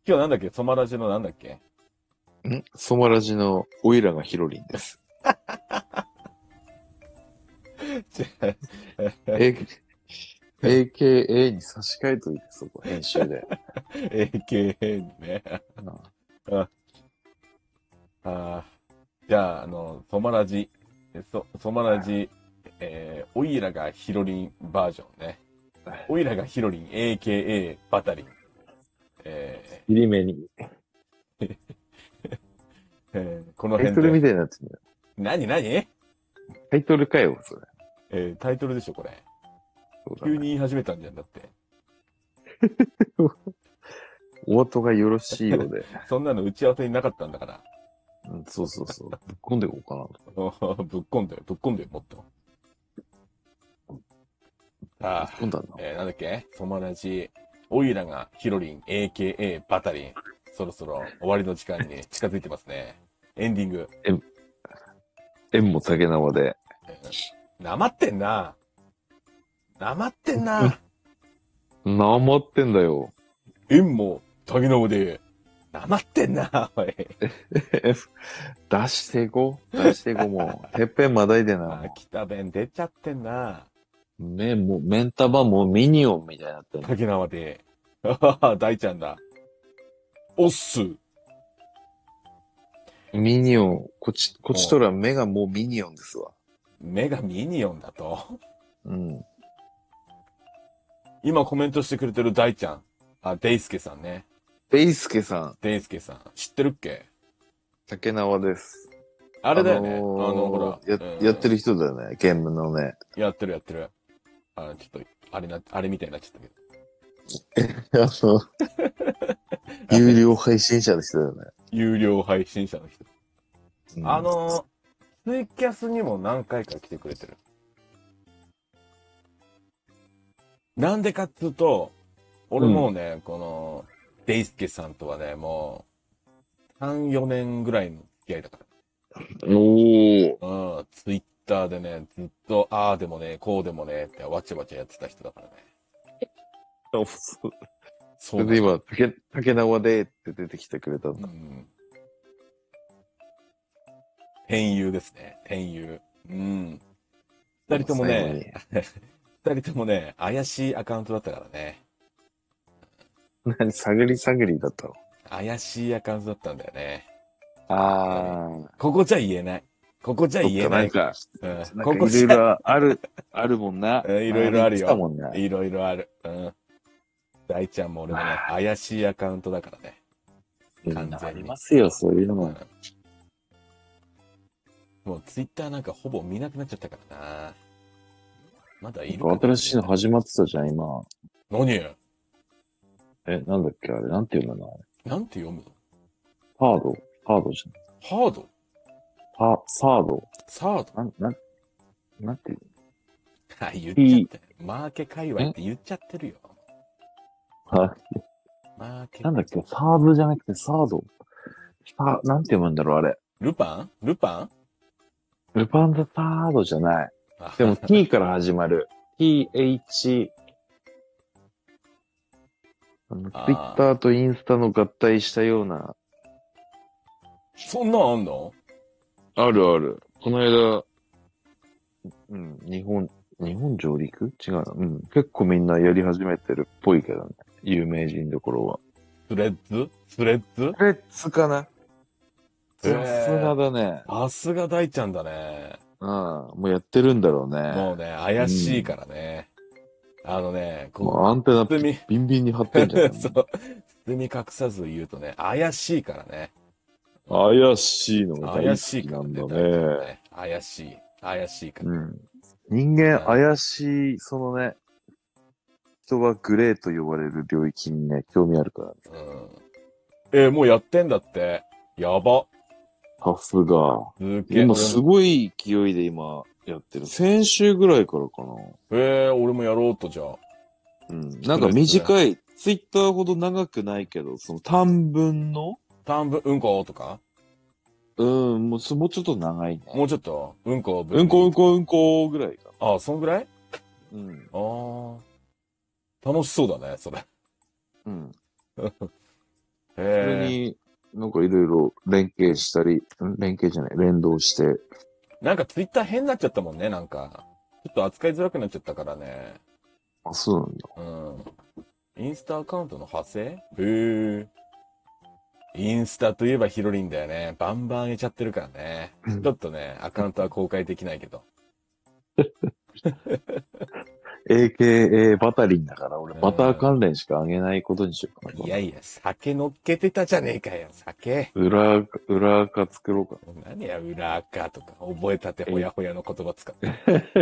今日なんだっけソマラジのなんだっけソマラジのオイラがヒロリンです。え、AKA に差し替えといて、そこ、編集で。 AKA ね。ああじゃあ、ソマラジ、ソマラジ、オイラがヒロリンバージョンね。オイラがヒロリン、AKA バタリン。 入り目に。 このタイ辺で。 トルみたいになってんだよ。 何タイトルかよ、それ。 タイトルでしょ、これ。 そうだね。 急に言い始めたんじゃん、だって。 お後がよろしいようで。 そんなの打ち合わせになかったんだから。 うん、そうそうそう。ぶっ込んでいこうかなと。 ぶっこんでよ、ぶっこんでよ、もっと。あぶっ込んだな。 なんだっけソマラジ、オイラがヒロリン、AKA バタリン。そろそろ終わりの時間に近づいてますね。エンディング。 縁も竹縄で。 なまってんな。なまってんな。 なまってんだよ。 縁も竹縄で。なまってんな、おい。 出していこう。出していこう、もう。てっぺんまだいでな。 北弁出ちゃってんな。 もう、メンタバもうミニオンみたいになってんの。 竹縄で。大ちゃんだ。おっす。 ミニオン。こっちとら目がもうミニオンですわ。 目がミニオンだと。 うん。 今コメントしてくれてる大ちゃん。デイスケさんね。 ベイスケさん。 デイスケさん。知ってるっけ竹縄です。 あれだよね。ほら。 やってる人だよね。ゲームのね。 やってる。ちょっと、あれみたいになっちゃったけど。 有料配信者の人だよね。 有料配信者の人。 うんツイキャスにも何回か来てくれてる。なんでかっつうと、俺もうね、この、デイスケさんとはね、もう、3、4年ぐらいの付き合いだかおー。 ら。うん、ツイッターでね、ずっと、ああでもね、こうでもね、ってわちゃわちゃやってた人だからね。 それで今、竹縄でって出てきてくれたんだ。 うん。天友ですね。天友。うん。二人ともね、二人ともね、怪しいアカウントだったからね。 何探り探りだったの？ 怪しいアカウントだったんだよね。 あここじゃ言えない。ここじゃ言えない。 なんかここいろいろあるもんな。 いろいろあるよ。 もんね。 いろいろある。大ちゃんも俺もね、怪しいアカウントだからね。完全に。 ありますよ、そういうのも。 もうツイッターなんかほぼ見なくなっちゃったからな。まだいる新しいの始まってたじゃん、今。 何なんだっけあれ、なんて読むの？ なんて読むの？ ハードじハードサードサードなんて言う言っちゃったよ。マーケ界隈って言っちゃってるよ。 なんだっけサードじゃなくてサード。なんて読むんだろう、あれ。 ルパンルパンザサードじゃない。でも T から始まる。TH。ツイッターとインスタの合体したような。 そんなんあんの？ あるある。この間、日本上陸違うな。結構みんなやり始めてるっぽいけどね。有名人どころは。 スレッズかな。さすがだね。 さすが大ちゃんだね。 もうやってるんだろうね。 もうね、怪しいからね。 もうアンテナビンビンに張ってんじゃん。 そう。包み隠さず言うとね、怪しいからね。 怪しいのが大怪好しいからきなんだね。 ね。 怪しいから。 人間怪しい、そのね、人がグレーと呼ばれる領域にね、興味あるからね。もうやってんだって。やば。 さすが。今すごい勢いで今やってる。先週ぐらいからかな。 俺もやろうとじゃあ。 なんか短い、ツイッターほど長くないけど、その短文、 うんことかもうちょっと長いね。 もうちょっとうんこぐらいか。 そんぐらい楽しそうだね、それ。 それへえ。 に、なんかいろいろ連携したり、連携じゃない、連動して。 なんかツイッター変になっちゃったもんね、なんか。ちょっと扱いづらくなっちゃったからね。 あ、そうなんだ。 うん。インスタアカウントの派生へえ。インスタといえばヒロリンだよね。バンバン上げちゃってるからね。ちょっとね、アカウントは公開できないけど。 AKA バタリンだから、俺うバターん。 関連しかあげないことにしようかな、今度。 いやいや、酒乗っけてたじゃねえかよ、酒。 裏垢作ろうか。 何や、裏垢とか、覚えたてほやほやの言葉使って。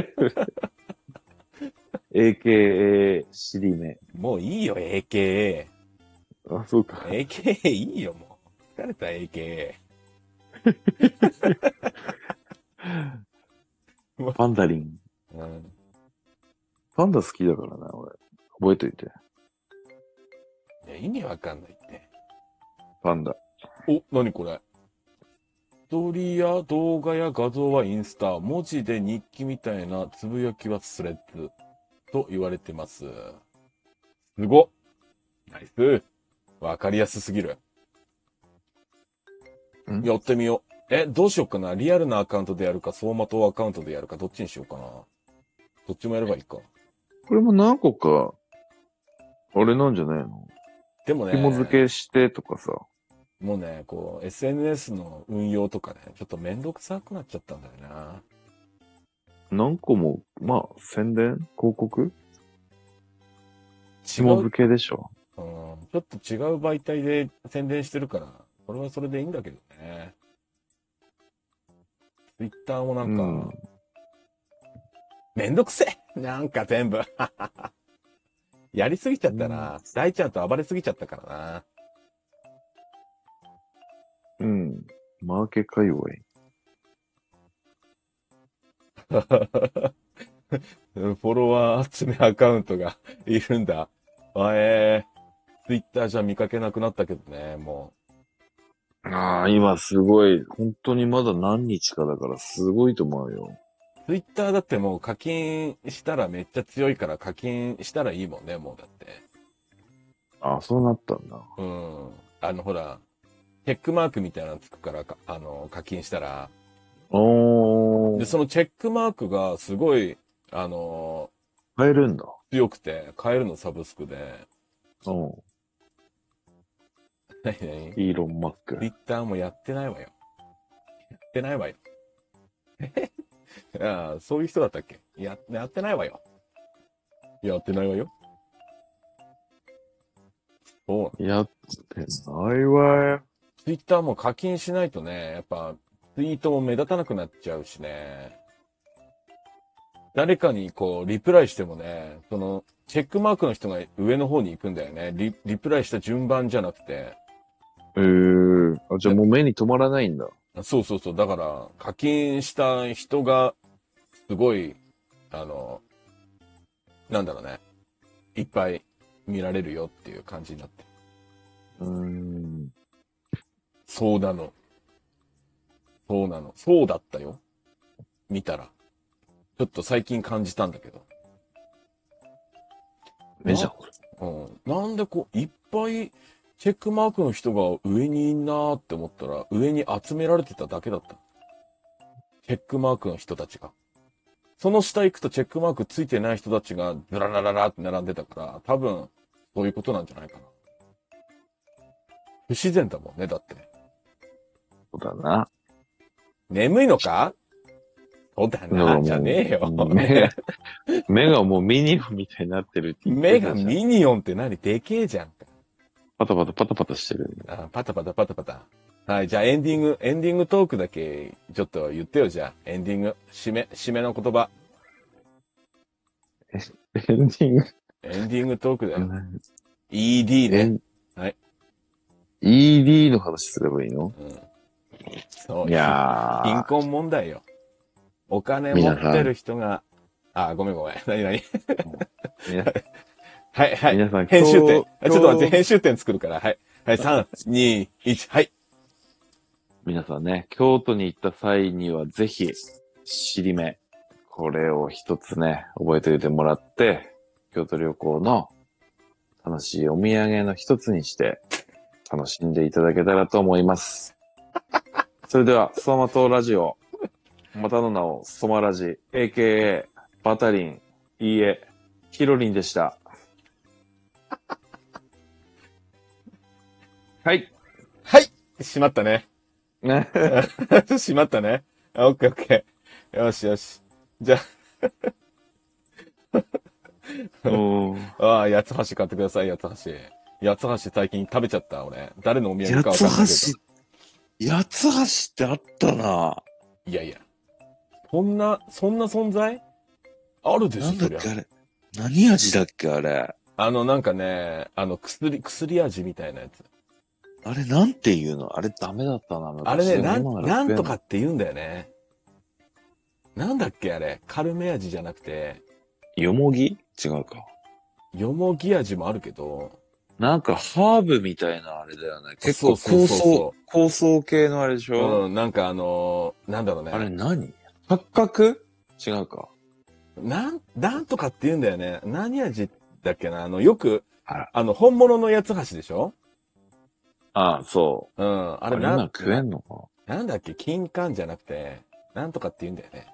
AKA シリメ。 もういいよ、AKA。 あ、そうか。 AKA いいよ、もう。疲れた、AKA。 パンダリン。 うん。 パンダ好きだからな、俺。覚えといて。 いや、意味わかんないって。 パンダ。 お、何これ。ストーリーや動画や画像はインスタ、文字で日記みたいなつぶやきはスレッズと言われてます。すごっ。ナイス。わかりやすすぎる。やってみよう。どうしようかな。リアルなアカウントでやるか、走馬灯アカウントでやるか、どっちにしようかな。どっちもやればいいか。 これも何個か、あれなんじゃないの？ でもね、 紐付けしてとかさ。 もうね、こう、SNS の運用とかね、ちょっとめんどくさくなっちゃったんだよな。 何個も、まあ、宣伝広告違う、 紐付けでしょ。 うん、ちょっと違う媒体で宣伝してるから、それはそれでいいんだけどね。Twitter もなんか、 うん。 めんどくせえなんか全部。やりすぎちゃったな。大ちゃんと暴れすぎちゃったからな。 うん。マーケ界隈。 フォロワー集めアカウントがいるんだ。ツイッターじゃ見かけなくなったけどね、もああ、今すごい、本当にまだ何日かだからすごいと思うよ。 う。ツイッターだってもう課金したらめっちゃ強いから課金したらいいもんね、もうだって。 ああ、そうなったんだ。 うん。ほら、チェックマークみたいなのつくから、課金したら。で、 おー、 そのチェックマークがすごい、あの買えるんだ。 強くて、買えるのサブスクで。 うん。 何何イーロン・マック。 ツイッターもやってないわよ。やってないわよ。ああ、そういう人だったっけやってないわよ。やってないわよ。そう。 やってないわよ。 ツイッターも課金しないとね、やっぱ、ツイートも目立たなくなっちゃうしね。誰かにこう、リプライしてもね、その、チェックマークの人が上の方に行くんだよね。リプライした順番じゃなくて。 あ、じゃあもう目に留まらないんだ。 そうそうそう。だから、課金した人が、すごい、あの、なんだろうね。いっぱい見られるよっていう感じになって。 うーん。 そうなの。そうなの。そうだったよ。見たら。ちょっと最近感じたんだけど。 目じゃん。 うん。なんでこう、いっぱいチェックマークの人が上にいんなーって思ったら、上に集められてただけだった。チェックマークの人たちが。その下行くとチェックマークついてない人たちがズララララって並んでたから、多分、そういうことなんじゃないかな。不自然だもんね、だって。 そうだな。 眠いのかそうだな、 だからもう、 じゃねえよ。 目が、目がもうミニオンみたいになってるって言って目がたじゃん。 ミニオンって何でけえじゃんか。 パタパタパタパタしてる。 パタパタパタパタ。はい、じゃあエンディングトークだけちょっと言ってよ、じゃあ。エンディング、締めの言葉。 エンディング。 エンディングトークだよ。ED ね。はい。 ED の話すればいいの？ うん。そう、 いやー、 貧困問題よ。お金持皆さん、 ってる人が、ごめんごめん。何何皆はいはい。 皆さん、 編集点。ちょっと待って、 今日、 編集点作るから。はい。はい、3、2、1、はい。 皆さんね、京都に行った際にはぜひ、尻目。これを一つね、覚えておいてもらって、京都旅行の楽しいお土産の一つにして、 楽しんでいただけたらと思います。それでは、ソマトラジオ、またの名をソマラジ、AKA バタリン、いいえ、ヒロリンでした。はい。 はい。しまったね。 ね。 しまったね。オッケーオッケー。よしよし。じゃあ。ああ、八つ橋買ってください、八つ橋。八つ橋最近食べちゃった、俺。誰のお土産かわかんないけど。 八つ橋ってあったな。 いやいや。そんな存在あるでしょ、 なんだっけあれ。何味だっけあれ。 なんかね、薬味みたいなやつ。 あれなんて言うのあれダメだったな。 あれね、なんとかって言うんだよね。なんだっけあれ。カルメ味じゃなくて。 よもぎ違うか。 よもぎ味もあるけど。 なんかハーブみたいなあれだよね。結構香草系のあれでしょ。 うん、なんかなんだろうね。 あれ何八角違うか。 なんとかって言うんだよね。何味だっけな。よく、本物の八つ橋でしょ。 ああ、そう。 うん。あれ今食えんのかなんだっけ金柑じゃなくて、なんとかって言うんだよね。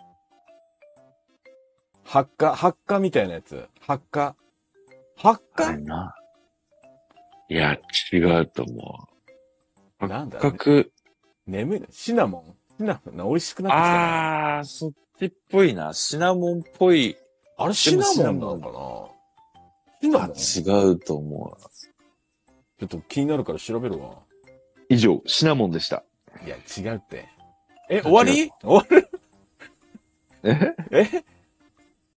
発火みたいなやつ。発火あれな。いや、違うと思う。 なんだ八角。 眠いのシナモン美味しくなってきたな。 あー、そっちっぽいな。シナモンっぽい。 あれシナモンなのかな。シナモン違うと思う。 ちょっと気になるから調べるわ。 以上、シナモンでした。 いや、違うって。終わり終わるえ